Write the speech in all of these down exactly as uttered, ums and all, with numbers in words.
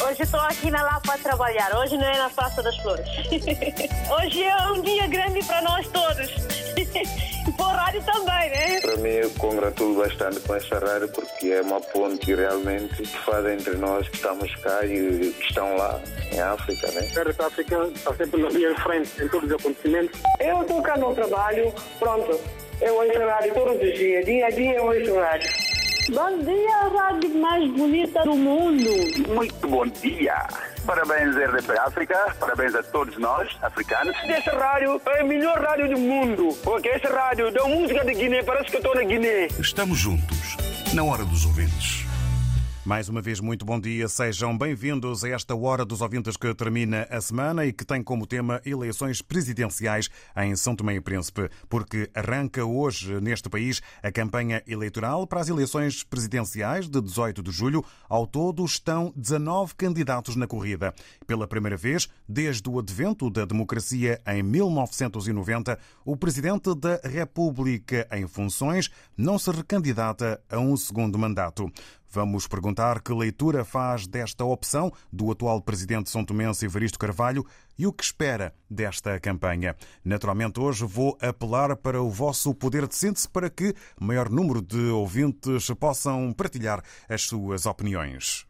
Hoje estou aqui na Lapa a trabalhar, hoje não é na Praça das Flores. Hoje é um dia grande para nós todos. E para o rádio também, né? Para mim, eu congratulo bastante com essa rádio porque é uma ponte realmente que faz entre nós que estamos cá e que estão lá em África, né? A Rádio África está sempre na linha de frente em todos os acontecimentos. Eu estou cá no trabalho, pronto. Eu ouço rádio todos os dias, dia a dia eu ouço rádio. Bom dia, a rádio mais bonita do mundo. Muito bom dia. Parabéns, R D P África. Parabéns a todos nós, africanos. Essa rádio é a melhor rádio do mundo. Porque essa rádio dá música de Guiné, parece que eu estou na Guiné. Estamos juntos, na hora dos ouvintes. Mais uma vez, muito bom dia. Sejam bem-vindos a esta Hora dos Ouvintes que termina a semana e que tem como tema eleições presidenciais em São Tomé e Príncipe, porque arranca hoje neste país a campanha eleitoral para as eleições presidenciais de dezoito de julho. Ao todo estão dezanove candidatos na corrida. Pela primeira vez, desde o advento da democracia em mil novecentos e noventa, o Presidente da República em funções não se recandidata a um segundo mandato. Vamos perguntar que leitura faz desta opção do atual presidente são-tomense Evaristo Carvalho e o que espera desta campanha. Naturalmente, hoje vou apelar para o vosso poder de síntese para que o maior número de ouvintes possam partilhar as suas opiniões.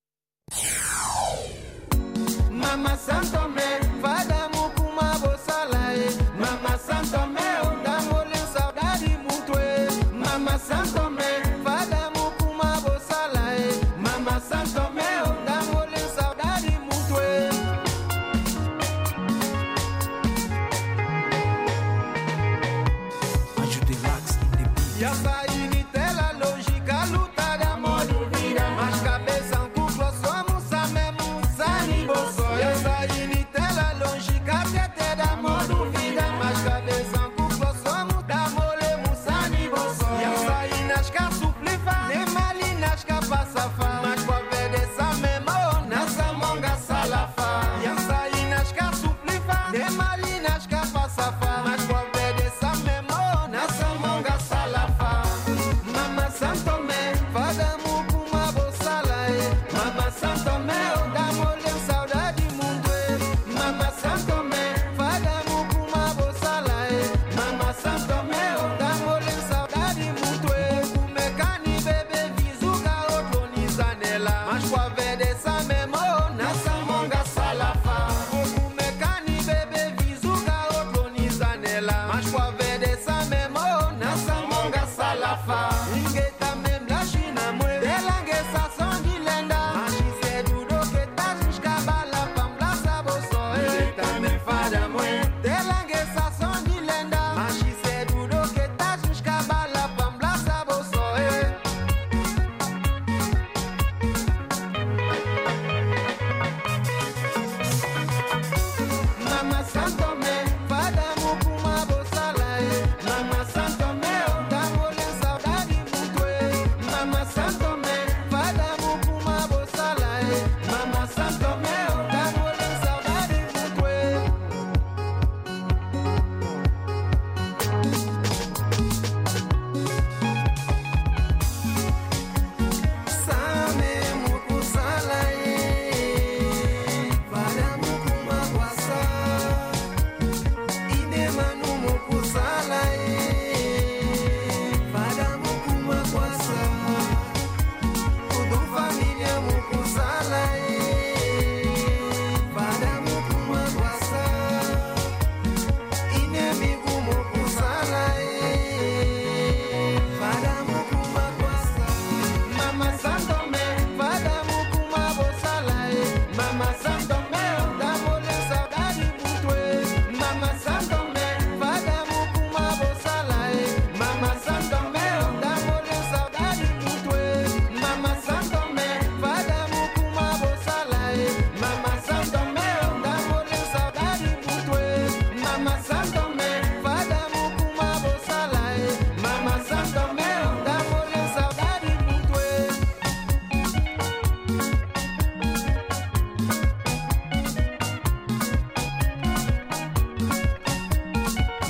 Mama Santomé, vagamo com uma boçala. Mama Santomé, dá-me saudade muito. Mama Santomé. Ninguém tá mesmo na China, mãe. Ela que essa som de lenda. Mas se é duro.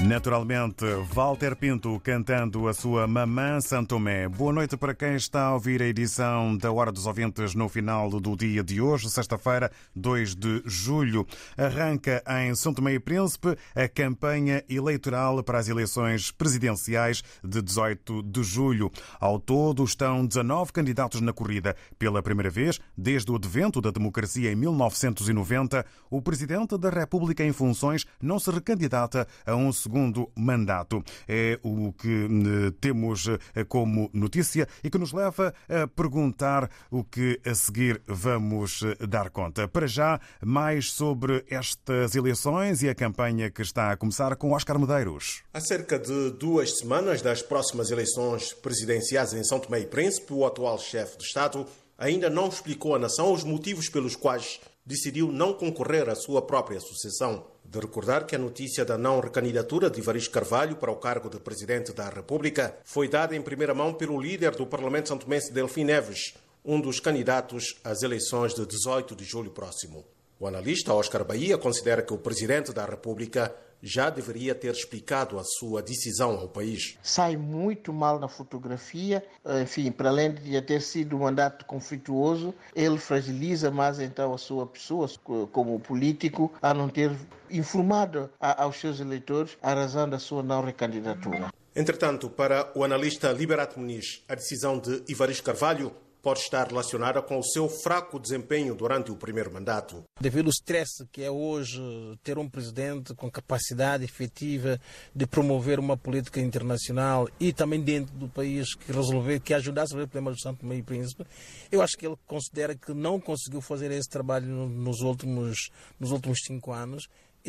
Naturalmente, Walter Pinto cantando a sua Mamã Santo Tomé. Boa noite para quem está a ouvir a edição da Hora dos Ouvintes no final do dia de hoje, sexta-feira, dois de julho. Arranca em São Tomé e Príncipe a campanha eleitoral para as eleições presidenciais de dezoito de julho. Ao todo estão dezanove candidatos na corrida. Pela primeira vez, desde o advento da democracia em mil novecentos e noventa, o Presidente da República em funções não se recandidata a um segundo mandato. É o que temos como notícia e que nos leva a perguntar o que a seguir vamos dar conta. Para já, mais sobre estas eleições e a campanha que está a começar com Óscar Medeiros. Há cerca de duas semanas das próximas eleições presidenciais em São Tomé e Príncipe, o atual chefe de Estado ainda não explicou à nação os motivos pelos quais decidiu não concorrer à sua própria sucessão. De recordar que a notícia da não recandidatura de Ivaristo Carvalho para o cargo de Presidente da República foi dada em primeira mão pelo líder do Parlamento santomense, Delfim Neves, um dos candidatos às eleições de dezoito de julho próximo. O analista Óscar Bahia considera que o Presidente da República já deveria ter explicado a sua decisão ao país. Sai muito mal na fotografia, enfim, para além de ter sido um mandato conflituoso, ele fragiliza mais então a sua pessoa como político a não ter informado aos seus eleitores a razão da sua não recandidatura. Entretanto, para o analista Liberato Muniz, a decisão de Ivaristo Carvalho pode estar relacionada com o seu fraco desempenho durante o primeiro mandato. Devido ao stress que é hoje ter um presidente com capacidade efetiva de promover uma política internacional e também dentro do país que resolver, que ajudasse a resolver o problema do São Tomé e Príncipe, eu acho que ele considera que não conseguiu fazer esse trabalho nos últimos, nos últimos cinco anos.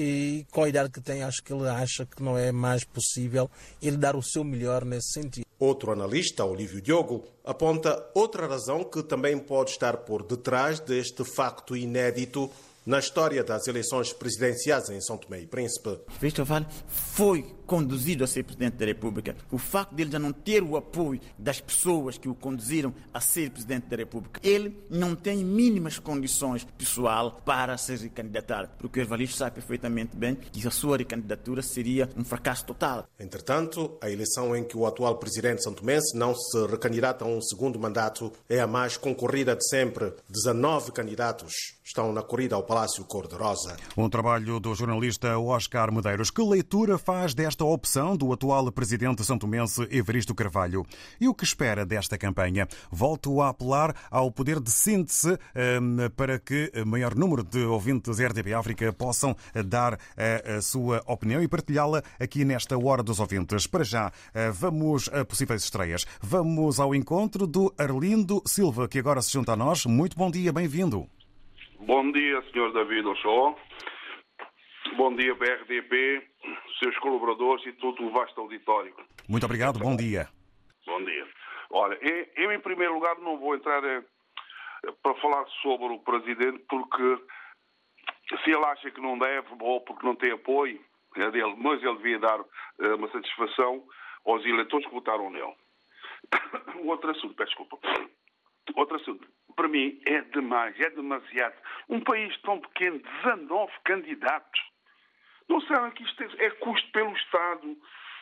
E com a idade que tem, acho que ele acha que não é mais possível ele dar o seu melhor nesse sentido. Outro analista, Olívio Diogo, aponta outra razão que também pode estar por detrás deste facto inédito na história das eleições presidenciais em São Tomé e Príncipe. Ivaristo Carvalho foi conduzido a ser Presidente da República. O facto de ele já não ter o apoio das pessoas que o conduziram a ser Presidente da República, ele não tem mínimas condições pessoal para se recandidatar, porque o Ivaristo sabe perfeitamente bem que a sua recandidatura seria um fracasso total. Entretanto, a eleição em que o atual Presidente santomense não se recandidata a um segundo mandato é a mais concorrida de sempre. dezanove candidatos estão na corrida ao Palácio Cor-de-Rosa. Um trabalho do jornalista Óscar Medeiros. Que leitura faz desta opção do atual presidente santomense Ivaristo Carvalho? E o que espera desta campanha? Volto a apelar ao poder de síntese um, para que o maior número de ouvintes R D P África possam dar a, a sua opinião e partilhá-la aqui nesta Hora dos Ouvintes. Para já, vamos a possíveis estreias. Vamos ao encontro do Arlindo Silva, que agora se junta a nós. Muito bom dia, bem-vindo. Bom dia, senhor David Ochoa. Bom dia, B R D P, seus colaboradores e todo o vasto auditório. Muito obrigado, bom dia. Bom dia. Olha, eu em primeiro lugar não vou entrar eh, para falar sobre o Presidente, porque se ele acha que não deve, ou porque não tem apoio, é dele, mas ele devia dar eh, uma satisfação aos eleitores que votaram nele. Outro assunto, peço desculpa. Outro assunto. Para mim é demais, é demasiado. Um país tão pequeno, dezanove candidatos. Não sabem que isto é, é custo pelo Estado.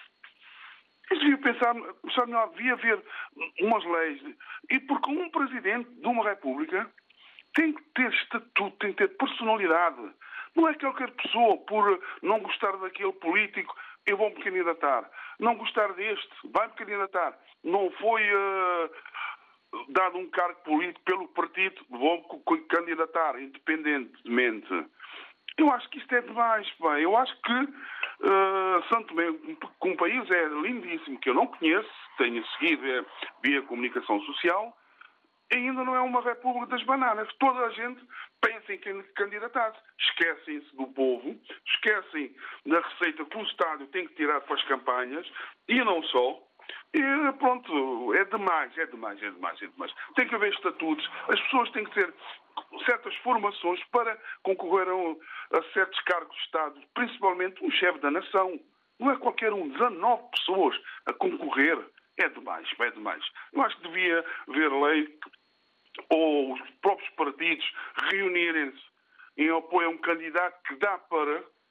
Eu devia pensar, já melhor, devia haver umas leis. E porque um presidente de uma república tem que ter estatuto, tem que ter personalidade. Não é qualquer pessoa, por não gostar daquele político, eu vou me candidatar. Não gostar deste, vai me candidatar. Não foi... Uh, dado um cargo político pelo partido, vou candidatar independentemente. Eu acho que isto é demais, pá. Eu acho que uh, Santo Tomé, como país, é lindíssimo, que eu não conheço, tenho seguido é, via comunicação social, ainda não é uma república das bananas. Toda a gente pensa em candidatar-se. Esquecem-se do povo, esquecem da receita que o Estado tem que tirar para as campanhas, e não só. E pronto, é demais, é demais, é demais, é demais. Tem que haver estatutos, as pessoas têm que ter certas formações para concorrer a, a certos cargos de Estado, principalmente um chefe da nação. Não é qualquer um, dezanove pessoas a concorrer. É demais, é demais. Eu acho que devia haver lei ou os próprios partidos reunirem-se em apoio a um candidato que dá para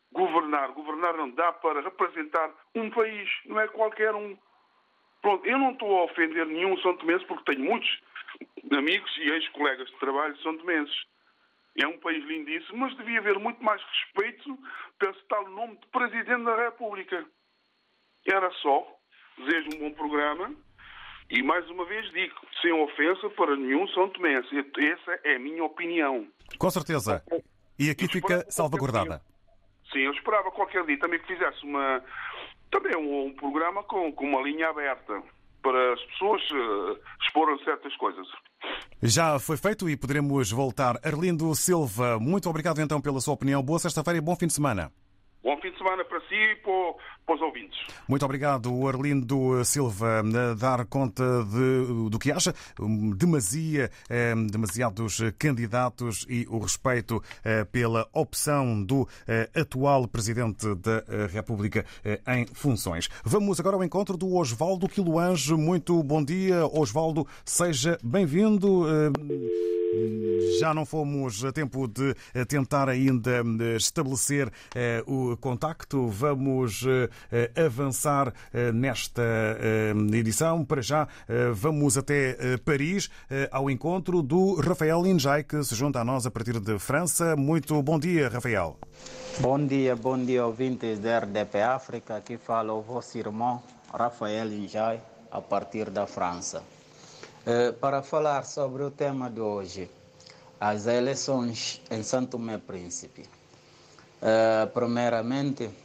governar. Governar não dá para representar um país, não é qualquer um. Pronto, eu não estou a ofender nenhum São Tomense, porque tenho muitos amigos e ex-colegas de trabalho São Tomenses. É um país lindíssimo, mas devia haver muito mais respeito pelo tal nome de Presidente da República. Era só. Desejo um bom programa e, mais uma vez, digo, sem ofensa para nenhum São Tomense. Essa é a minha opinião. Com certeza. E aqui fica salvaguardada. Sim, eu esperava qualquer dia também que fizesse uma, também um, um programa com, com uma linha aberta para as pessoas uh, exporem certas coisas. Já foi feito e poderemos voltar. Arlindo Silva, muito obrigado então pela sua opinião. Boa sexta-feira e bom fim de semana. Bom fim de semana para si e para, para os ouvintes. Muito obrigado, Arlindo Silva, a dar conta de, do que acha. Demasia, eh, demasiados candidatos e o respeito eh, pela opção do eh, atual Presidente da República eh, em funções. Vamos agora ao encontro do Osvaldo Quiloange. Muito bom dia, Osvaldo. Seja bem-vindo. Eh, Já não fomos a tempo de tentar ainda estabelecer eh, o contacto. Vamos eh, avançar eh, nesta eh, edição. Para já, eh, vamos até eh, Paris, eh, ao encontro do Rafael Injai, que se junta a nós a partir de França. Muito bom dia, Rafael. Bom dia, bom dia, ouvintes da R D P África. Aqui fala o vosso irmão Rafael Injai, a partir da França. Para falar sobre o tema de hoje, as eleições em São Tomé e Príncipe. Uh, primeiramente, uh,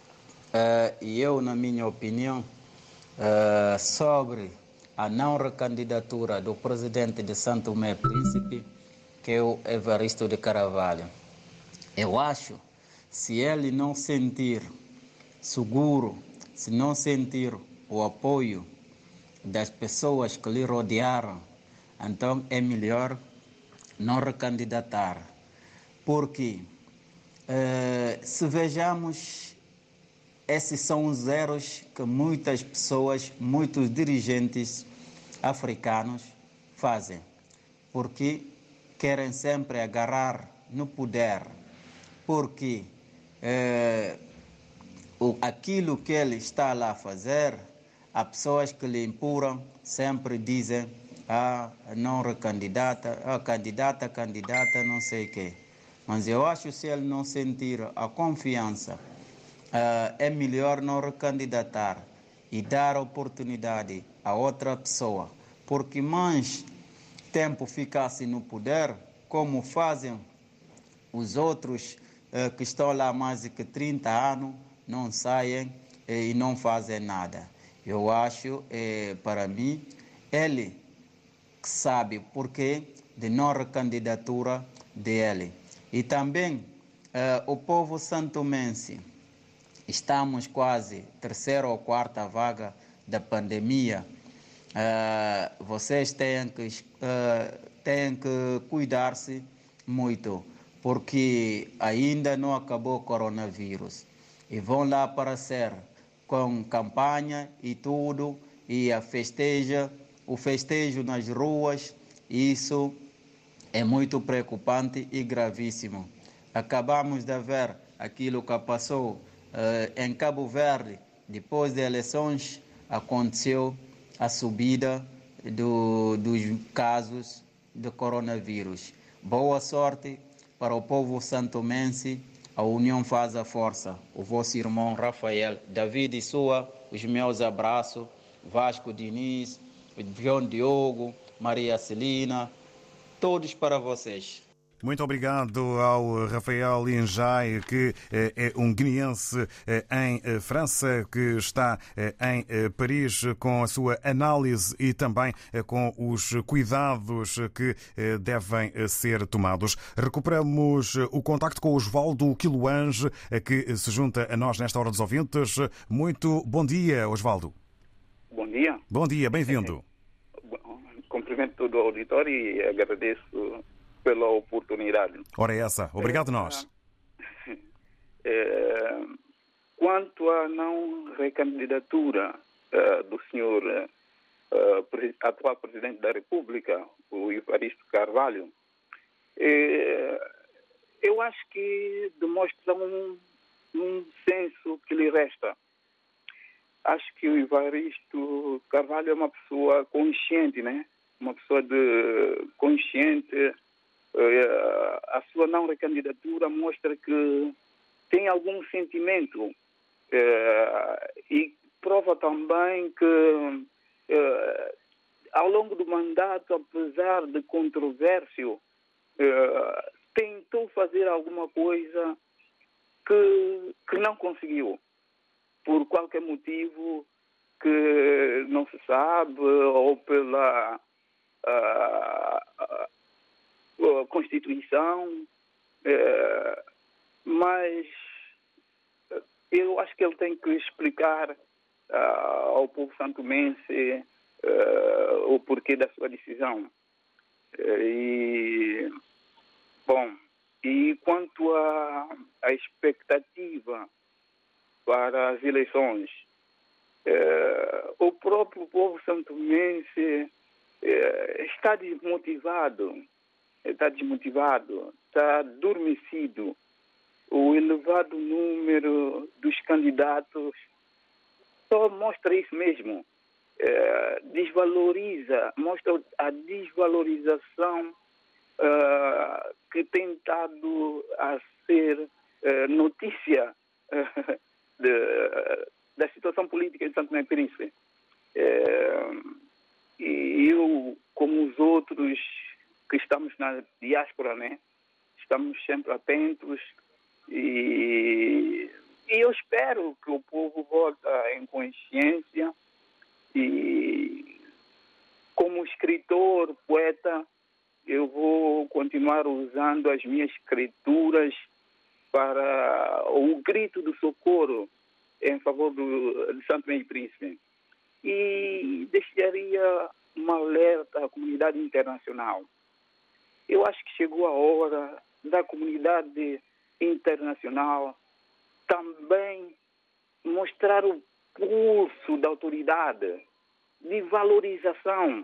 eu, na minha opinião, uh, sobre a não recandidatura do presidente de São Tomé e Príncipe, que é o Evaristo de Carvalho. Eu acho, se ele não sentir seguro, se não sentir o apoio das pessoas que lhe rodearam, então é melhor não recandidatar. Porque eh, se vejamos, esses são os erros que muitas pessoas, muitos dirigentes africanos fazem. Porque querem sempre agarrar no poder. Porque eh, o, aquilo que ele está lá a fazer, há pessoas que lhe impuram, sempre dizem, ah, não recandidata, ah, candidata, candidata, não sei o quê. Mas eu acho que se ele não sentir a confiança, ah, é melhor não recandidatar e dar oportunidade a outra pessoa. Porque mais tempo ficasse no poder, como fazem os outros ah, que estão lá há mais de trinta anos, não saem eh, e não fazem nada. Eu acho, eh, para mim, ele que sabe porquê de não recandidatura dele. E também eh, o povo santomense, estamos quase terceira ou quarta vaga da pandemia. Eh, vocês têm que, eh, têm que cuidar-se muito, porque ainda não acabou o coronavírus. E vão lá aparecer com campanha e tudo, e a festeja, o festejo nas ruas, isso é muito preocupante e gravíssimo. Acabamos de ver aquilo que passou uh, em Cabo Verde, depois das eleições, aconteceu a subida do, dos casos de coronavírus. Boa sorte para o povo santomense. A união faz a força. O vosso irmão Rafael, David e sua, os meus abraços, Vasco Diniz, João Diogo, Maria Celina, todos para vocês. Muito obrigado ao Rafael Injai, que é um guineense em França, que está em Paris com a sua análise e também com os cuidados que devem ser tomados. Recuperamos o contacto com o Osvaldo Quiloange, que se junta a nós nesta Hora dos Ouvintes. Muito bom dia, Osvaldo. Bom dia. Bom dia, bem-vindo. Cumprimento todo o auditório e agradeço pela oportunidade. Ora é essa. Obrigado a nós. É, quanto à não recandidatura uh, do senhor uh, atual Presidente da República, o Evaristo Carvalho, é, eu acho que demonstra um, num senso que lhe resta. Acho que o Evaristo Carvalho é uma pessoa consciente, né? Uma pessoa de consciente. Uh, a sua não recandidatura mostra que tem algum sentimento uh, e prova também que uh, ao longo do mandato, apesar de controvérsia, uh, tentou fazer alguma coisa que, que não conseguiu, por qualquer motivo que não se sabe, ou pela uh, uh, Constituição, uh, mas eu acho que ele tem que explicar uh, ao povo santomense uh, o porquê da sua decisão. Uh, e, bom, e quanto à, à expectativa para as eleições, uh, o próprio povo santomense uh, está desmotivado, está desmotivado, está adormecido. O elevado número dos candidatos só mostra isso mesmo. É, desvaloriza, mostra a desvalorização uh, que tem estado a ser uh, notícia uh, de, da situação política de Santo Tomé e Príncipe. É, e eu, como os outros que estamos na diáspora, né, estamos sempre atentos. E, e eu espero que o povo vote em consciência e, como escritor, poeta, eu vou continuar usando as minhas escrituras para o grito do socorro em favor do, de Santo Tomé e Príncipe. E deixaria um alerta à comunidade internacional. Eu acho que chegou a hora da comunidade internacional também mostrar o pulso da autoridade de valorização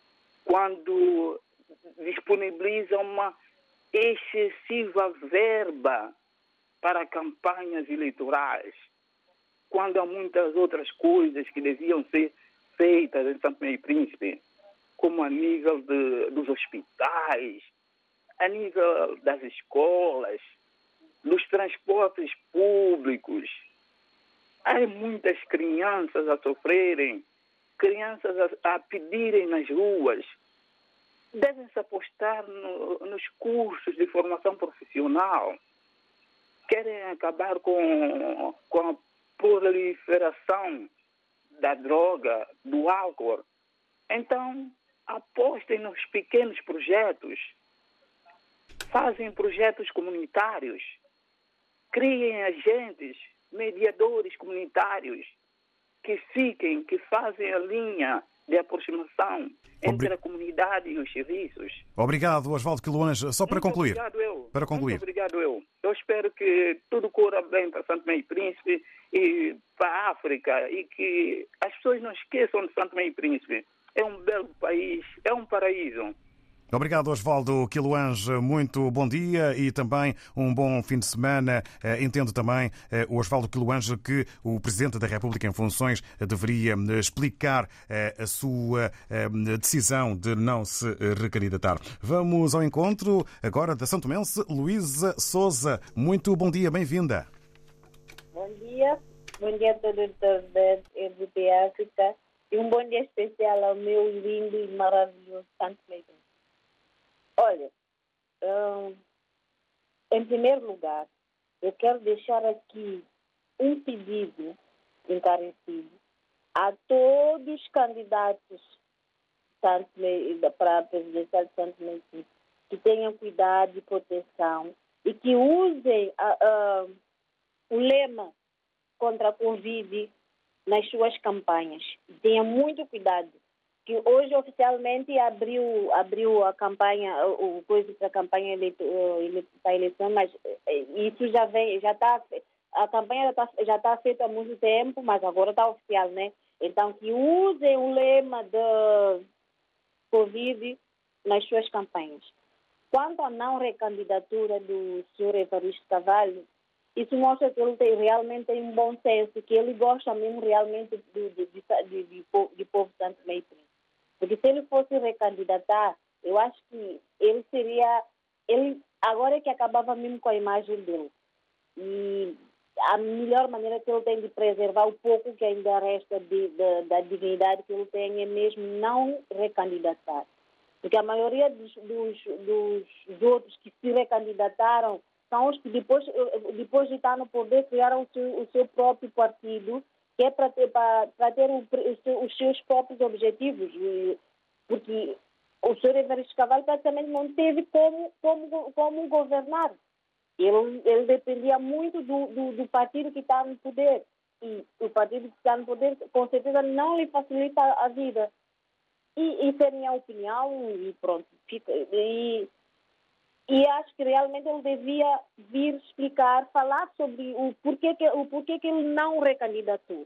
quando disponibiliza uma excessiva verba para campanhas eleitorais, quando há muitas outras coisas que deviam ser feitas em Santo Tomé e Príncipe, como a nível de, dos hospitais, a nível das escolas, dos transportes públicos. Há muitas crianças a sofrerem, crianças a, a pedirem nas ruas. Devem-se apostar no, nos cursos de formação profissional. Querem acabar com, com a proliferação da droga, do álcool. Então, apostem nos pequenos projetos. Fazem projetos comunitários. Criem agentes, mediadores comunitários que fiquem, que fazem a linha de aproximação entre Obri... a comunidade e os serviços. Obrigado, Osvaldo Quiloange. Só para Muito concluir. Obrigado eu. Para concluir. Muito obrigado eu. Eu espero que tudo corra bem para Santo Tomé e Príncipe e para a África e que as pessoas não esqueçam de Santo Tomé e Príncipe. É um belo país, é um paraíso. Obrigado, Osvaldo Quiloange. Muito bom dia e também um bom fim de semana. Entendo também, o Osvaldo Quiloange, que o Presidente da República em funções deveria explicar a sua decisão de não se recandidatar. Vamos ao encontro agora da santomense Luísa Souza. Muito bom dia, bem-vinda. Bom dia, bom dia a todos da R D P África e um bom dia especial ao meu lindo e maravilhoso Santo Tomé. Olha, hum, em primeiro lugar, eu quero deixar aqui um pedido encarecido a todos os candidatos para a presidencial de Santo Tomé que tenham cuidado e proteção e que usem a, a, o lema contra a Covid nas suas campanhas. Tenham muito cuidado. Que hoje oficialmente abriu, abriu a campanha, o coisa para a campanha eleito, para a eleição, mas isso já vem, já está, a campanha já está, já está feita há muito tempo, mas agora está oficial, né? Então que usem o lema da Covid nas suas campanhas. Quanto à não recandidatura do senhor Evaristo Carvalho, isso mostra que ele tem, realmente tem um bom senso, que ele gosta mesmo realmente de, de, de, de, de, de povo Santo Tomé e Príncipe. Porque se ele fosse recandidatar, eu acho que ele seria... Ele, agora é que acabava mesmo com a imagem dele. E a melhor maneira que ele tem de preservar o pouco que ainda resta de, de, da dignidade que ele tem é mesmo não recandidatar. Porque a maioria dos, dos, dos outros que se recandidataram são os que depois, depois de estar no poder criaram o seu, o seu próprio partido, que é para ter, para, para ter o, os seus próprios objetivos. Porque o senhor Evaristo Carvalho praticamente não teve como, como, como governar. Ele, ele dependia muito do, do, do partido que está no poder. E o partido que está no poder, com certeza, não lhe facilita a vida. E isso é a minha opinião e pronto. Fica, e, e acho que realmente ele devia vir explicar, falar sobre o porquê que, o porquê que ele não recandidatou.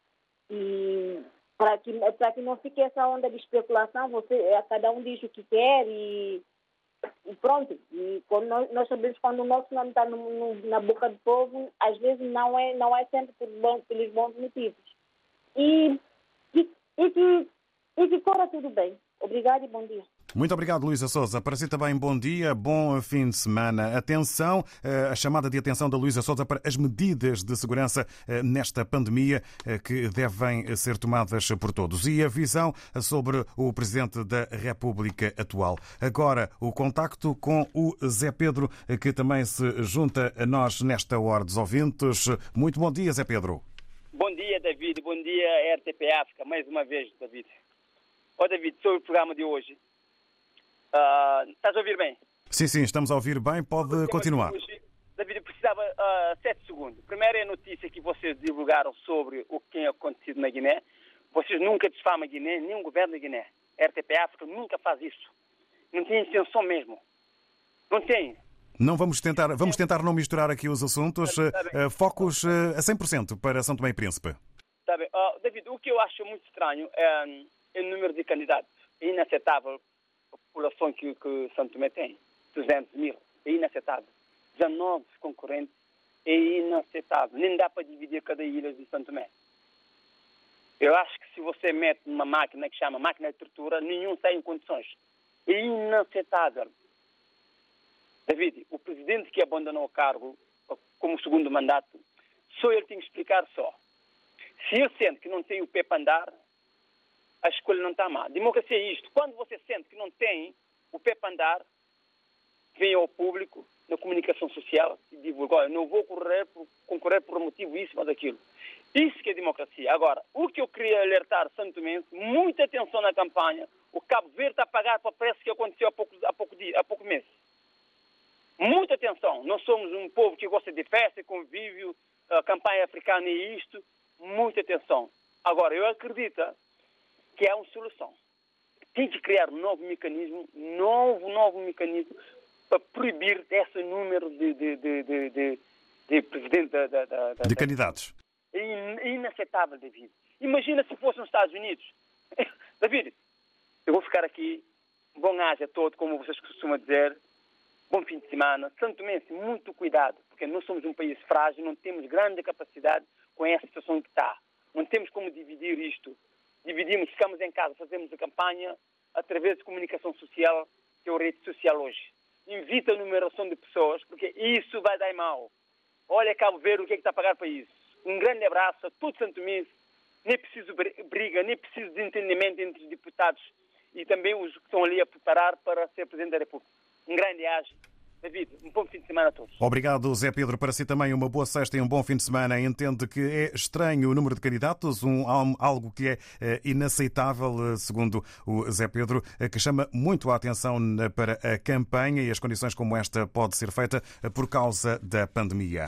E para que, para que não fique essa onda de especulação, você, cada um diz o que quer e, e pronto. E como nós, nós sabemos, quando o nosso nome está no, no, na boca do povo, às vezes não é, não é sempre por bom, pelos bons motivos. E, e, e que E que corra tudo bem. Obrigada e bom dia. Muito obrigado, Luísa Souza. Para si também, bom dia, bom fim de semana. Atenção, a chamada de atenção da Luísa Souza para as medidas de segurança nesta pandemia que devem ser tomadas por todos. E a visão sobre o Presidente da República atual. Agora, o contacto com o Zé Pedro, que também se junta a nós nesta hora dos ouvintes. Muito bom dia, Zé Pedro. Bom dia, David. Bom dia, R T P África. Mais uma vez, David. Ó, David, sobre o programa de hoje. Uh, estás a ouvir bem? Sim, sim, estamos a ouvir bem. Pode continuar. Hoje, David, eu precisava uh, sete segundos. Primeiro é a notícia que vocês divulgaram sobre o que tem acontecido na Guiné. Vocês nunca desfamam a Guiné, nem o governo da Guiné. A R T P África nunca faz isso. Não tem intenção mesmo. Não tem. Não vamos tentar, vamos tentar não misturar aqui os assuntos. Tá bem. Uh, focos uh, a cem por cento para São Tomé e Príncipe. Está bem. Uh, David, o que eu acho muito estranho é... o número de candidatos. É inaceitável a população que, que São Tomé tem. duzentos mil. É inaceitável. dezanove concorrentes. É inaceitável. Nem dá para dividir cada ilha de São Tomé. Eu acho que se você mete uma máquina que chama máquina de tortura, nenhum sai em condições. É inaceitável. David, o presidente que abandonou o cargo como segundo mandato, só ele tem que explicar só. Se ele sente que não tem o pé para andar, a escolha não está má. Democracia é isto. Quando você sente que não tem o pé para andar, vem ao público, na comunicação social, e divulga, olha, não vou correr por, concorrer por motivo isso, mas aquilo. Isso que é democracia. Agora, o que eu queria alertar São Tomense, muita atenção na campanha, o Cabo Verde está a pagar para o preço que aconteceu há pouco, há pouco dia, há pouco mês. Muita atenção. Nós somos um povo que gosta de festa, convívio, a campanha africana é isto. Muita atenção. Agora, eu acredito que há uma solução. Tem que criar um novo mecanismo, novo, novo mecanismo para proibir esse número de, de, de, de, de, de presidente da, da, da, de candidatos. É inaceitável, David. Imagina se fosse nos Estados Unidos. David, eu vou ficar aqui. Bom ágia todo, como vocês costumam dizer. Bom fim de semana. São Tomense, muito cuidado, porque nós somos um país frágil, não temos grande capacidade com essa situação que está. Não temos como dividir isto. Dividimos, ficamos em casa, fazemos a campanha através de comunicação social, que é a rede social hoje. Invita a numeração de pessoas, porque isso vai dar mal. Olha, Cabo Verde, o que é que está a pagar para isso? Um grande abraço a todo São Tomé. Nem preciso briga, nem preciso de entendimento entre os deputados e também os que estão ali a preparar para ser Presidente da República. Um grande ágio. David, um bom fim de semana a todos. Obrigado, Zé Pedro. Para si também uma boa sexta e um bom fim de semana. Entende que é estranho o número de candidatos, um, algo que é, é inaceitável, segundo o Zé Pedro, que chama muito a atenção para a campanha e as condições como esta pode ser feita por causa da pandemia.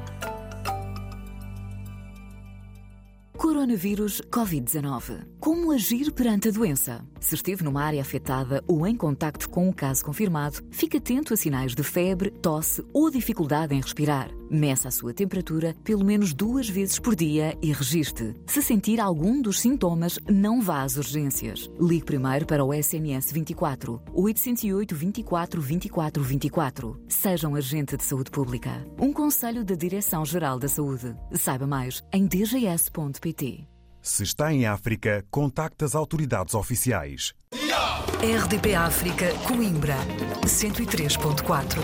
Coronavírus covid dezanove. Como agir perante a doença? Se esteve numa área afetada ou em contacto com um caso confirmado, fique atento a sinais de febre, tosse ou dificuldade em respirar. Meça a sua temperatura pelo menos duas vezes por dia e registre. Se sentir algum dos sintomas, não vá às urgências. Ligue primeiro para o S M S vinte e quatro, oito zero oito, vinte e quatro, vinte e quatro, vinte e quatro. Seja um agente de saúde pública. Um conselho da Direção-Geral da Saúde. Saiba mais em d g s ponto p t. Se está em África, contacte as autoridades oficiais. R D P África, Coimbra, cento e três ponto quatro.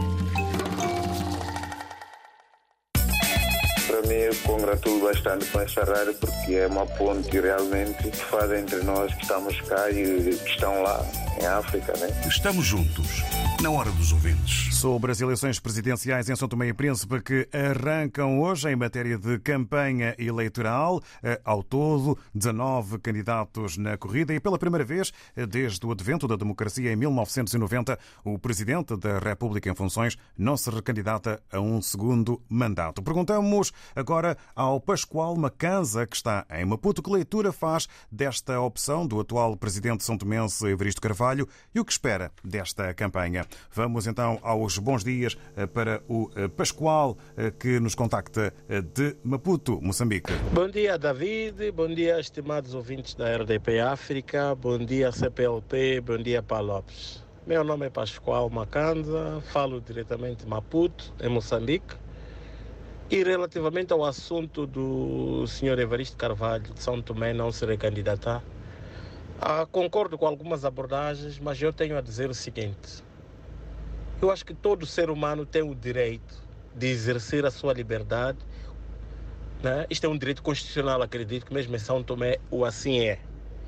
Para mim, eu congratulo bastante com essa rádio porque é uma ponte realmente que faz entre nós que estamos cá e que estão lá em África, né? Estamos juntos, na hora dos ouvintes. Sobre as eleições presidenciais em São Tomé e Príncipe que arrancam hoje em matéria de campanha eleitoral, ao todo dezanove candidatos na corrida e pela primeira vez desde o advento da democracia em mil novecentos e noventa, o Presidente da República em funções não se recandidata a um segundo mandato. Perguntamos agora ao Pascoal Macanza, que está em Maputo, que leitura faz desta opção do atual Presidente são tomense Evaristo Carvalho e o que espera desta campanha. Vamos então aos bons dias para o Pascoal, que nos contacta de Maputo, Moçambique. Bom dia, David. Bom dia, estimados ouvintes da R D P África. Bom dia, C P L P. Bom dia, Paulo Lopes. Meu nome é Pascoal Macanza, falo diretamente de Maputo, em Moçambique. E relativamente ao assunto do senhor Evaristo Carvalho de São Tomé não se recandidatar, ah, concordo com algumas abordagens, mas eu tenho a dizer o seguinte. Eu acho que todo ser humano tem o direito de exercer a sua liberdade, né? Isto é um direito constitucional, acredito que mesmo em São Tomé o assim é.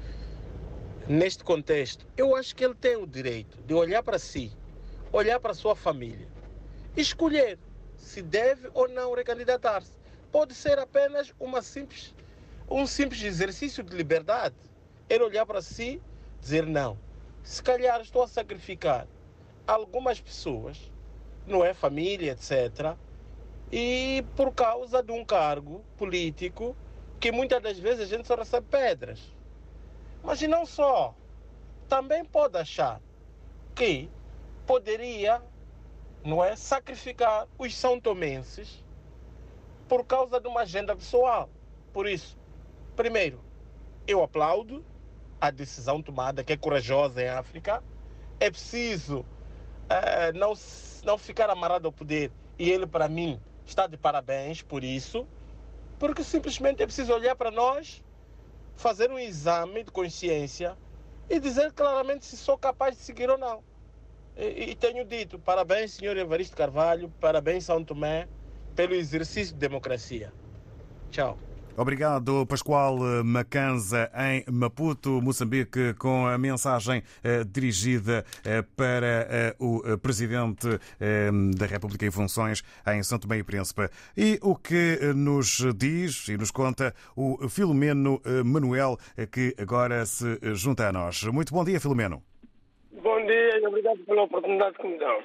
Neste contexto, eu acho que ele tem o direito de olhar para si, olhar para a sua família, escolher se deve ou não recandidatar-se. Pode ser apenas uma simples, um simples exercício de liberdade. Ele olhar para si, dizer não. Se calhar estou a sacrificar algumas pessoas, não é? Família, etcétera. E por causa de um cargo político que muitas das vezes a gente só recebe pedras. Mas e não só. Também pode achar que poderia, não é, sacrificar os são tomenses por causa de uma agenda pessoal. Por isso, primeiro, eu aplaudo a decisão tomada, que é corajosa em África. É preciso uh, não, não ficar amarrado ao poder. E ele, para mim, está de parabéns por isso, porque simplesmente é preciso olhar para nós, fazer um exame de consciência e dizer claramente se sou capaz de seguir ou não. E, e tenho dito, parabéns, senhor Evaristo Carvalho, parabéns, São Tomé, pelo exercício de democracia. Tchau. Obrigado, Pascoal Macanza, em Maputo, Moçambique, com a mensagem eh, dirigida eh, para eh, o Presidente eh, da República em funções em São Tomé e Príncipe. E o que nos diz e nos conta o Filomeno eh, Manuel, eh, que agora se junta a nós. Muito bom dia, Filomeno. Bom dia e obrigado pela oportunidade que me dão.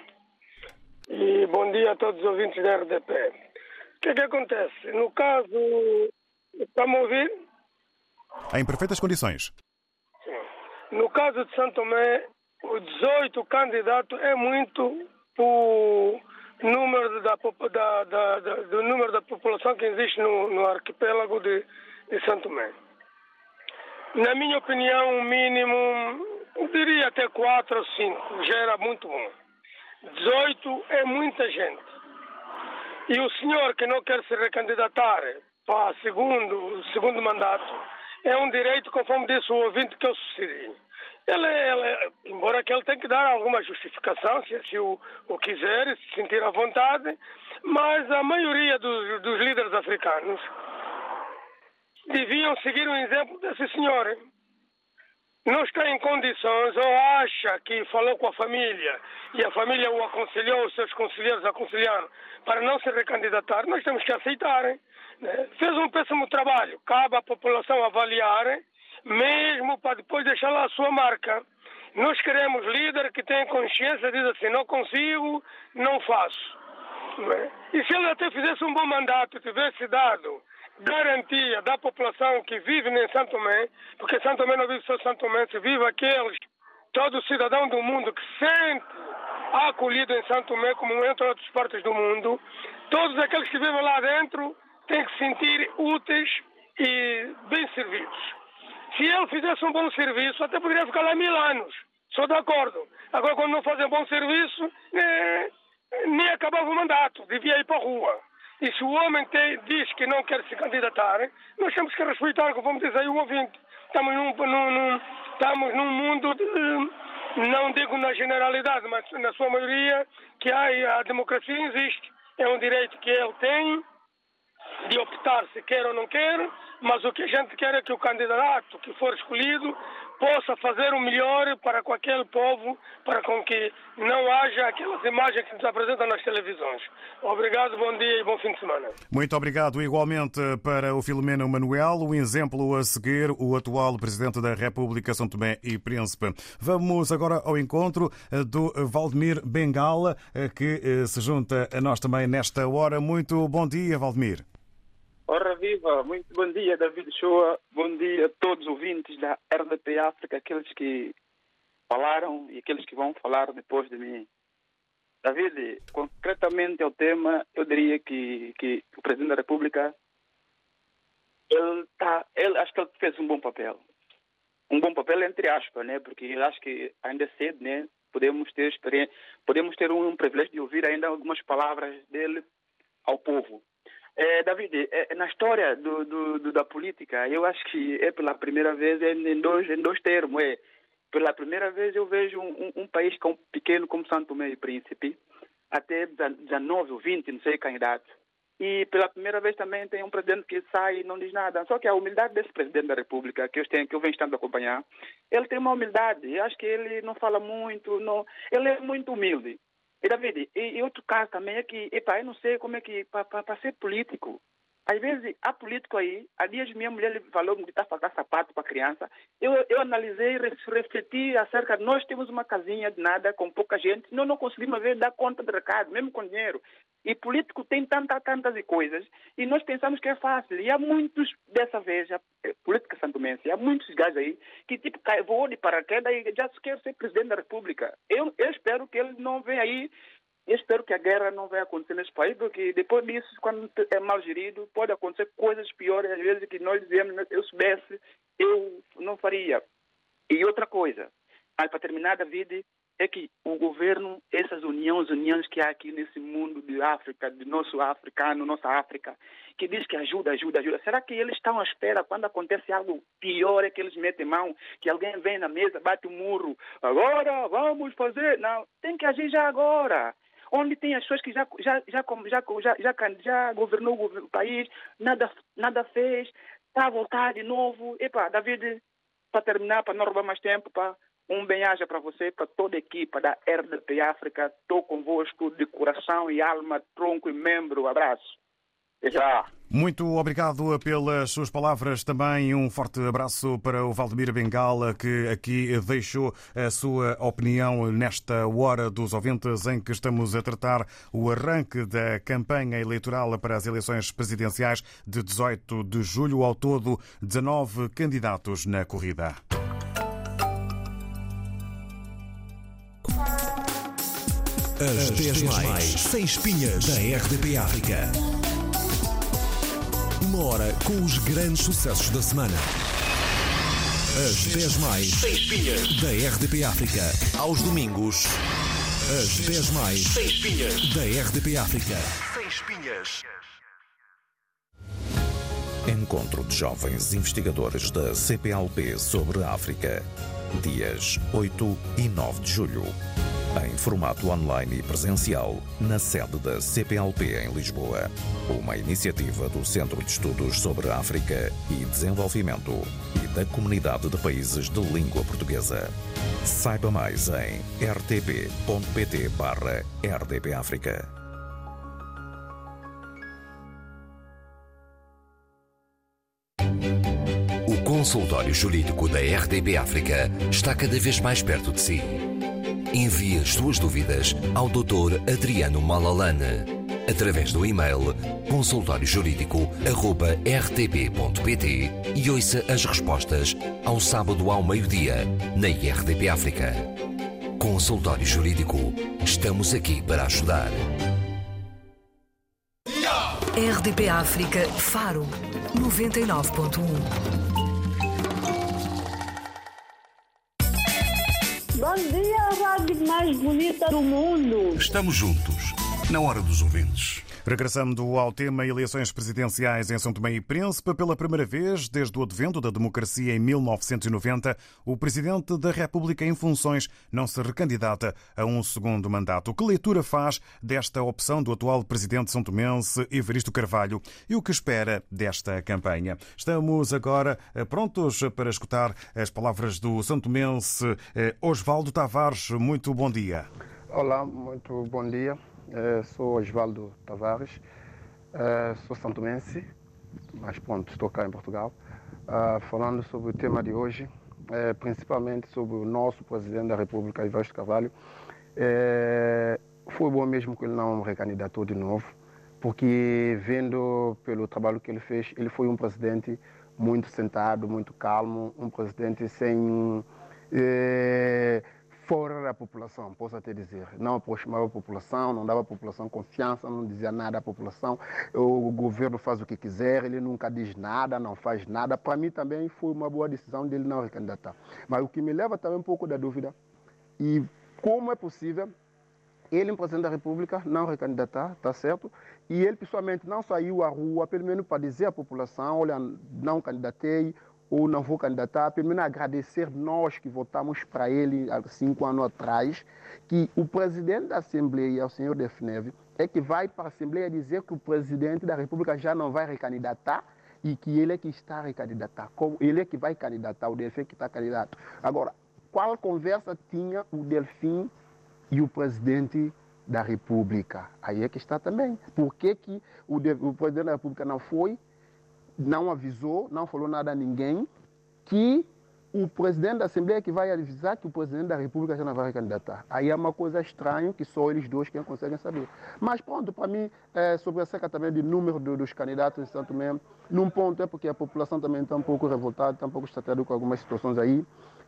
E bom dia a todos os ouvintes da R D P. O que é que acontece? No caso... Estão a ouvir? Em perfeitas condições. Sim. No caso de São Tomé, o dezoito candidato é muito por número da, da, da, da, do número da população que existe no, no arquipélago de, de São Tomé. Na minha opinião, o mínimo, eu diria até quatro ou cinco, já era muito bom. dezoito é muita gente. E o senhor que não quer se recandidatar para segundo, segundo mandato, é um direito, conforme disse o ouvinte que eu sucedi. Ele, ele, embora que ele tenha que dar alguma justificação, se assim o, o quiser, se sentir à vontade, mas a maioria dos, dos líderes africanos deviam seguir o exemplo desse senhor. Não está em condições, ou acha que falou com a família e a família o aconselhou, os seus conselheiros aconselharam para não se recandidatar, nós temos que aceitar. Né? Fez um péssimo trabalho, cabe à população avaliar, mesmo para depois deixar lá a sua marca. Nós queremos líder que tenha consciência, diz assim, não consigo, não faço. Não é? E se ele até fizesse um bom mandato, tivesse dado garantia da população que vive em São Tomé, porque São Tomé não vive só São Tomé, se vive aqueles, todo cidadão do mundo que sente acolhido em São Tomé, como em outras partes do mundo, todos aqueles que vivem lá dentro têm que se sentir úteis e bem servidos. Se ele fizesse um bom serviço, até poderia ficar lá mil anos. Sou de acordo. Agora, quando não fazem bom serviço, é, nem acabava o mandato, devia ir para a rua. E se o homem tem, diz que não quer se candidatar, nós temos que respeitar, como vamos dizer aí o ouvinte. Estamos num, num, num, estamos num mundo, de, não digo na generalidade, mas na sua maioria, que há, a democracia existe. É um direito que ele tem de optar se quer ou não quer, mas o que a gente quer é que o candidato que for escolhido possa fazer o melhor para aquele povo, para com que não haja aquelas imagens que nos apresentam nas televisões. Obrigado, bom dia e bom fim de semana. Muito obrigado. Igualmente para o Filomeno Manuel, o exemplo a seguir, o atual Presidente da República, São Tomé e Príncipe. Vamos agora ao encontro do Valdemir Bengala, que se junta a nós também nesta hora. Muito bom dia, Valdemir. Ora viva, muito bom dia, David Shoa, bom dia a todos os ouvintes da R D P África, aqueles que falaram e aqueles que vão falar depois de mim. David, concretamente ao tema, eu diria que, que o Presidente da República, ele tá, ele, acho que ele fez um bom papel. Um bom papel entre aspas, né? Porque eu acho que ainda é cedo, né? Podemos ter experiência, podemos ter um, um privilégio de ouvir ainda algumas palavras dele ao povo. É, David, é, na história do, do, do, da política, eu acho que é pela primeira vez em dois, em dois termos. É, pela primeira vez eu vejo um, um, um país com, pequeno como São Tomé e Príncipe, até dezenove ou vinte, não sei, candidatos. E pela primeira vez também tem um presidente que sai e não diz nada. Só que a humildade desse presidente da República, que eu, tenho, que eu venho estando a acompanhar, ele tem uma humildade. Eu acho que ele não fala muito, não, ele é muito humilde. E, David, e, e outro caso também é que, epa, eu não sei como é que, para ser político, às vezes há político aí, há dias minha mulher falou-me que está a faltar sapato para a criança, eu, eu analisei, refleti acerca de nós temos uma casinha de nada, com pouca gente, nós não conseguimos ver, dar conta de recado, mesmo com dinheiro. E político tem tantas, tantas coisas, e nós pensamos que é fácil. E há muitos, dessa vez, a política santomense, há muitos gajos aí que tipo, vou de paraquedas e já quer ser presidente da República. Eu, eu espero que ele não venha aí. Eu espero que a guerra não vai acontecer nesse país, porque depois disso, quando é mal gerido, pode acontecer coisas piores, às vezes, que nós dizemos, eu soubesse, eu não faria. E outra coisa, mas para terminar, David, é que o governo, essas uniões, uniões que há aqui nesse mundo de África, de nosso africano, nossa África, que diz que ajuda, ajuda, ajuda. Será que eles estão à espera, quando acontece algo pior, é que eles metem mão, que alguém vem na mesa, bate o murro, agora vamos fazer? Não, tem que agir já agora. Onde tem as pessoas que já, já, já, já, já, já, já governou o país, nada, nada fez, está a voltar de novo. Epa, David, para terminar, para não roubar mais tempo, pá, um bem-aja para você, para toda a equipa da R D P África. Estou convosco de coração e alma, tronco e membro. Abraço. Já. Muito obrigado pelas suas palavras também. Um forte abraço para o Valdemir Bengala, que aqui deixou a sua opinião nesta hora dos ouvintes em que estamos a tratar o arranque da campanha eleitoral para as eleições presidenciais de dezoito de julho. Ao todo, dezanove candidatos na corrida. As dez mais, sem espinhas, da R D P África. Uma hora com os grandes sucessos da semana. As dez mais, sem espinhas, da R D P África. Aos domingos. As dez mais, sem espinhas, da R D P África. Sem espinhas. Encontro de jovens investigadores da C P L P sobre a África. Dias oito e nove de julho. Em formato online e presencial, na sede da C P L P em Lisboa. Uma iniciativa do Centro de Estudos sobre a África e Desenvolvimento e da Comunidade de Países de Língua Portuguesa. Saiba mais em rtp.pt barra RDP África. O consultório jurídico da R D P África está cada vez mais perto de si. Envie as suas dúvidas ao doutor Adriano Malalane através do e-mail consultório jurídico arroba r t p ponto p t e ouça as respostas ao sábado ao meio-dia na R D P África. Consultório Jurídico. Estamos aqui para ajudar. R D P África Faro noventa e nove ponto um. Bom dia, a rádio mais bonita do mundo. Estamos juntos, na hora dos ouvintes. Regressando ao tema eleições presidenciais em São Tomé e Príncipe, pela primeira vez desde o advento da democracia em mil novecentos e noventa, o Presidente da República em funções não se recandidata a um segundo mandato. Que leitura faz desta opção do atual Presidente são-tomense, Evaristo Carvalho, e o que espera desta campanha? Estamos agora prontos para escutar as palavras do são-tomense Osvaldo Tavares. Muito bom dia. Olá, muito bom dia. Uh, sou Osvaldo Tavares, uh, sou santomense, mas pronto, estou cá em Portugal, uh, falando sobre o tema de hoje, uh, principalmente sobre o nosso Presidente da República, Evaristo Carvalho. Uh, foi bom mesmo que ele não recandidatou de novo, porque vendo pelo trabalho que ele fez, ele foi um presidente muito sentado, muito calmo, um presidente sem... Uh, fora da população, posso até dizer. Não aproximava a população, não dava à população confiança, não dizia nada à população. O governo faz o que quiser, ele nunca diz nada, não faz nada. Para mim também foi uma boa decisão dele não recandidatar. Mas o que me leva também um pouco da dúvida, e como é possível ele, Presidente da República, não recandidatar, tá certo? E ele, pessoalmente, não saiu à rua, pelo menos para dizer à população, olha, não candidatei, ou não vou candidatar, pelo menos agradecer nós que votamos para ele há cinco anos atrás, que o presidente da Assembleia, o senhor Defneve, é que vai para a Assembleia dizer que o presidente da República já não vai recandidatar e que ele é que está a recandidatar, ele é que vai candidatar, o Delfim é que está candidato. Agora, qual conversa tinha o Delfim e o presidente da República? Aí é que está também. Por que, que o, o presidente da República não foi, não avisou, não falou nada a ninguém, que o presidente da Assembleia que vai avisar que o presidente da República já não vai recandidatar? Aí é uma coisa estranha que só eles dois que conseguem saber. Mas pronto, para mim, é, sobre acerca também do número do, dos candidatos em Santo Tomé, num ponto é porque a população também está um pouco revoltada, está um pouco chateada com algumas situações aí,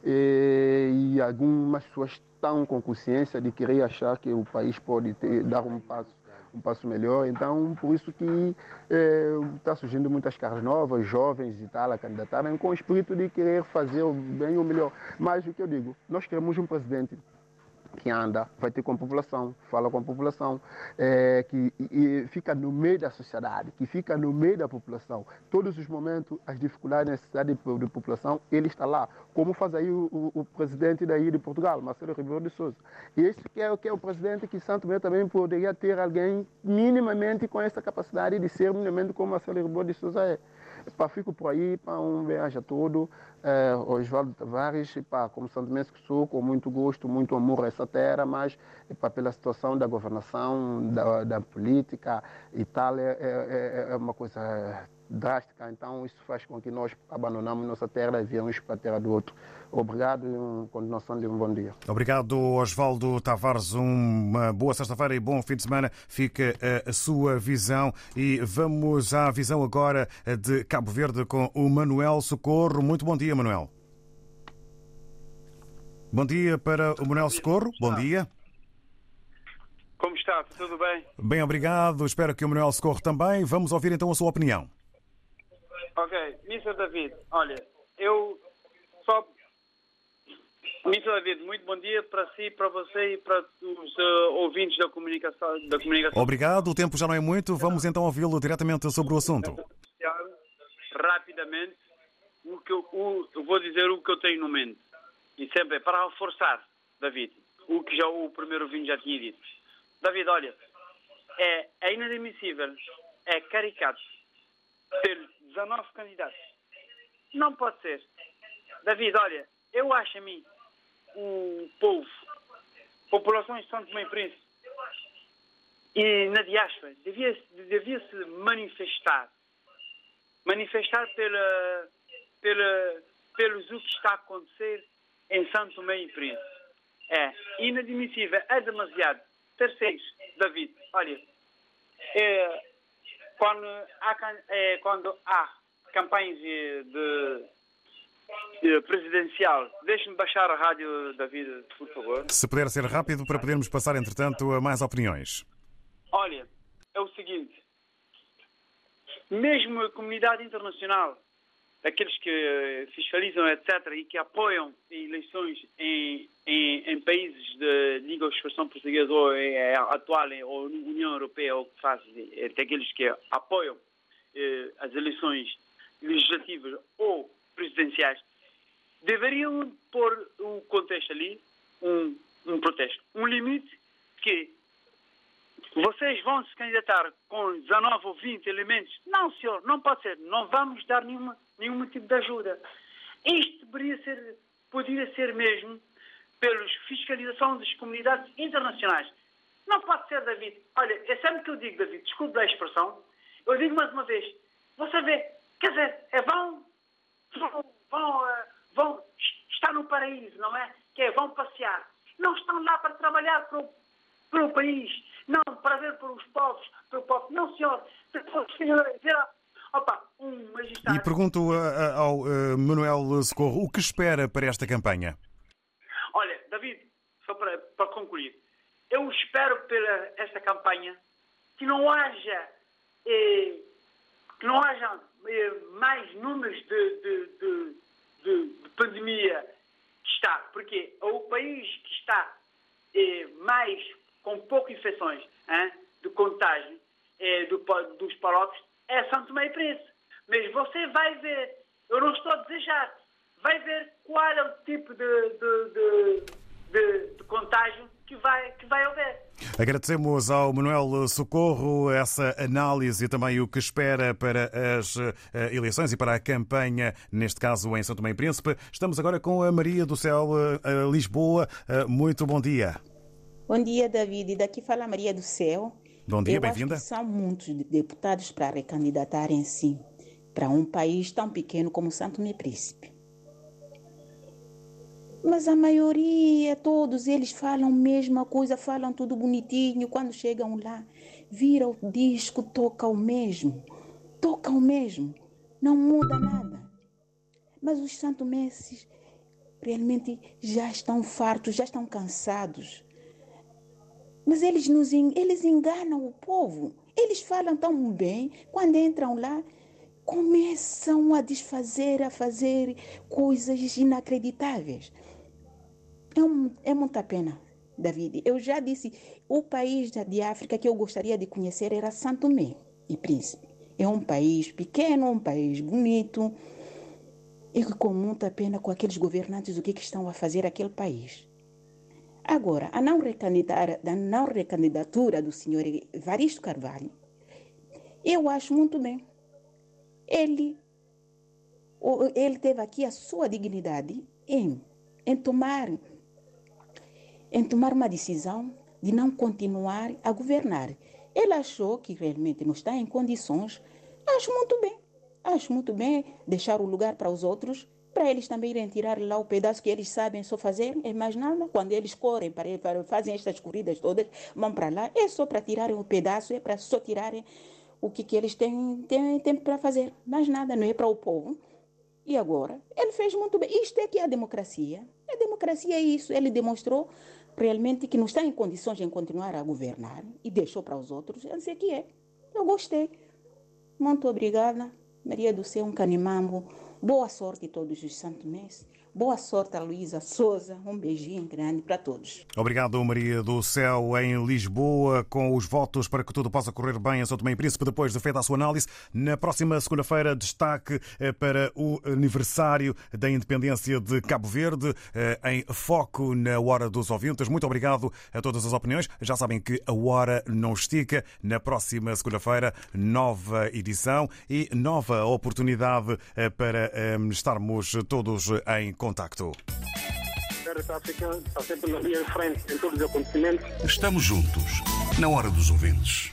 e, e algumas pessoas estão com consciência de querer achar que o país pode ter, dar um passo um passo melhor, então por isso que está é, surgindo muitas caras novas, jovens e tal, a candidatarem com o espírito de querer fazer o bem ou o melhor. Mas o que eu digo, nós queremos um presidente que anda, vai ter com a população, fala com a população, é, que e, e fica no meio da sociedade, que fica no meio da população. Todos os momentos, as dificuldades, necessidades de, de população, ele está lá. Como faz aí o, o, o presidente daí de Portugal, Marcelo Rebelo de Sousa. E esse que é, que é o presidente que Santo Tomé também poderia ter alguém minimamente com essa capacidade de ser minimamente como Marcelo Rebelo de Sousa é. Pá, fico por aí, pá, um beijo a todo, é, Osvaldo Tavares, pá, como santomense que sou, com muito gosto, muito amor a essa terra, mas pá, pela situação da governação, da, da política e tal, é, é, é uma coisa drástica, então isso faz com que nós abandonamos nossa terra e viemos para a terra do outro. Obrigado e uma continuação de um bom dia. Obrigado, Osvaldo Tavares. Uma boa sexta-feira e bom fim de semana. Fica a sua visão e vamos à visão agora de Cabo Verde com o Manuel Socorro. Muito bom dia, Manuel. Bom dia para o Manuel Socorro. Bom dia. Como está? Tudo bem? Bem, obrigado. Espero que o Manuel Socorro também. Vamos ouvir então a sua opinião. Ok. mister David, olha, eu só... mister David, muito bom dia para si, para você e para os uh, ouvintes da comunicação, da comunicação. Obrigado. O tempo já não é muito. Vamos então ouvi-lo diretamente sobre o assunto. Rapidamente, o que eu, o, eu vou dizer o que eu tenho no mente. E sempre é para reforçar, David, o que já o primeiro ouvinte já tinha dito. David, olha, é, é inadmissível, é caricato ter dezanove candidatos. Não pode ser. David, olha, eu acho a mim, o povo, populações de São Tomé e Príncipe e na diáspora, devia-se devia-se manifestar. Manifestar pela, pela, pelos o que está a acontecer em São Tomé e Príncipe. É inadmissível, é demasiado. Terceiro, David, olha, é, quando, há, é, quando há campanhas de, de presidencial, deixe-me baixar a rádio, David, por favor. Se puder ser rápido para podermos passar, entretanto, a mais opiniões. Olha, é o seguinte, mesmo a comunidade internacional, aqueles que fiscalizam, etcétera, e que apoiam eleições em, em, em países de língua de expressão portuguesa ou é, atual ou União Europeia, ou que faz, até aqueles que apoiam eh, as eleições legislativas ou presidenciais, deveriam pôr o contexto ali, um, um protesto, um limite que vocês vão se candidatar com dezanove ou vinte elementos. Não, senhor, não pode ser. Não vamos dar nenhuma, nenhum tipo de ajuda. Isto poderia ser, poderia ser mesmo pela fiscalização das comunidades internacionais. Não pode ser, David. Olha, é sempre que eu digo, David, desculpe a expressão, eu digo mais uma vez, você vê, quer dizer, é, vão, vão, vão, uh, vão estar no paraíso, não é? Que é, vão passear. Não estão lá para trabalhar para o, para o país. Não, para ver para os povos, para o povo. Não, senhor. Opa, um magistrado... E pergunto uh, ao uh, Manuel Socorro, o que espera para esta campanha? Olha, David, só para, para concluir, eu espero para esta campanha que não haja, eh, que não haja eh, mais números de, de, de, de, de pandemia que está, porque o país que está eh, mais com poucas infecções, hein, de contágio eh, do, dos paróquios, é Santo Tomé e Príncipe. Mas você vai ver, eu não estou a desejar, vai ver qual é o tipo de, de, de, de, de contágio que vai, que vai haver. Agradecemos ao Manuel Socorro essa análise e também o que espera para as uh, eleições e para a campanha, neste caso em São Tomé e Príncipe. Estamos agora com a Maria do Céu, uh, Lisboa. Uh, muito bom dia. Bom dia, David. Daqui fala a Maria do Céu. Bom dia, bem-vinda. São muitos deputados para recandidatarem-se para um país tão pequeno como Santo Tomé e Príncipe. Mas a maioria, todos eles falam a mesma coisa, falam tudo bonitinho. Quando chegam lá, viram o disco, tocam o mesmo. Tocam o mesmo. Não muda nada. Mas os santomenses realmente já estão fartos, já estão cansados. Mas eles, nos, eles enganam o povo. Eles falam tão bem, quando entram lá, começam a desfazer, a fazer coisas inacreditáveis. É, um, é muita pena, David. Eu já disse, o país de África que eu gostaria de conhecer era Santo Tomé e Príncipe. É um país pequeno, um país bonito, e com muita pena com aqueles governantes o que, que estão a fazer aquele país. Agora, a não, a não recandidatura do senhor Evaristo Carvalho, eu acho muito bem. Ele, ele teve aqui a sua dignidade em, em, tomar, em tomar uma decisão de não continuar a governar. Ele achou que realmente não está em condições. Acho muito bem. Acho muito bem deixar o lugar para os outros, para eles também irem tirar lá o pedaço que eles sabem só fazer, é mais nada. Quando eles correm, para, para fazem estas corridas todas, vão para lá, é só para tirarem o pedaço, é para só tirarem o que, que eles têm, têm, têm para fazer. Mais nada, não é para o povo. E agora, ele fez muito bem. Isto é que é a democracia. A democracia é isso. Ele demonstrou realmente que não está em condições de continuar a governar e deixou para os outros. Eu sei que é. Eu gostei. Muito obrigada. Maria do Céu, um canimambo. Boa sorte a todos os santomenses. Boa sorte a Luísa Souza. Um beijinho grande para todos. Obrigado, Maria do Céu, em Lisboa, com os votos para que tudo possa correr bem em São Tomé e Príncipe, depois de feita a sua análise. Na próxima segunda-feira, destaque para o aniversário da independência de Cabo Verde, em foco na Hora dos Ouvintes. Muito obrigado a todas as opiniões. Já sabem que a hora não estica. Na próxima segunda-feira, nova edição e nova oportunidade para estarmos todos em contacto. Está sempre na linha de frente em todos os acontecimentos. Estamos juntos, na Hora dos Ouvintes.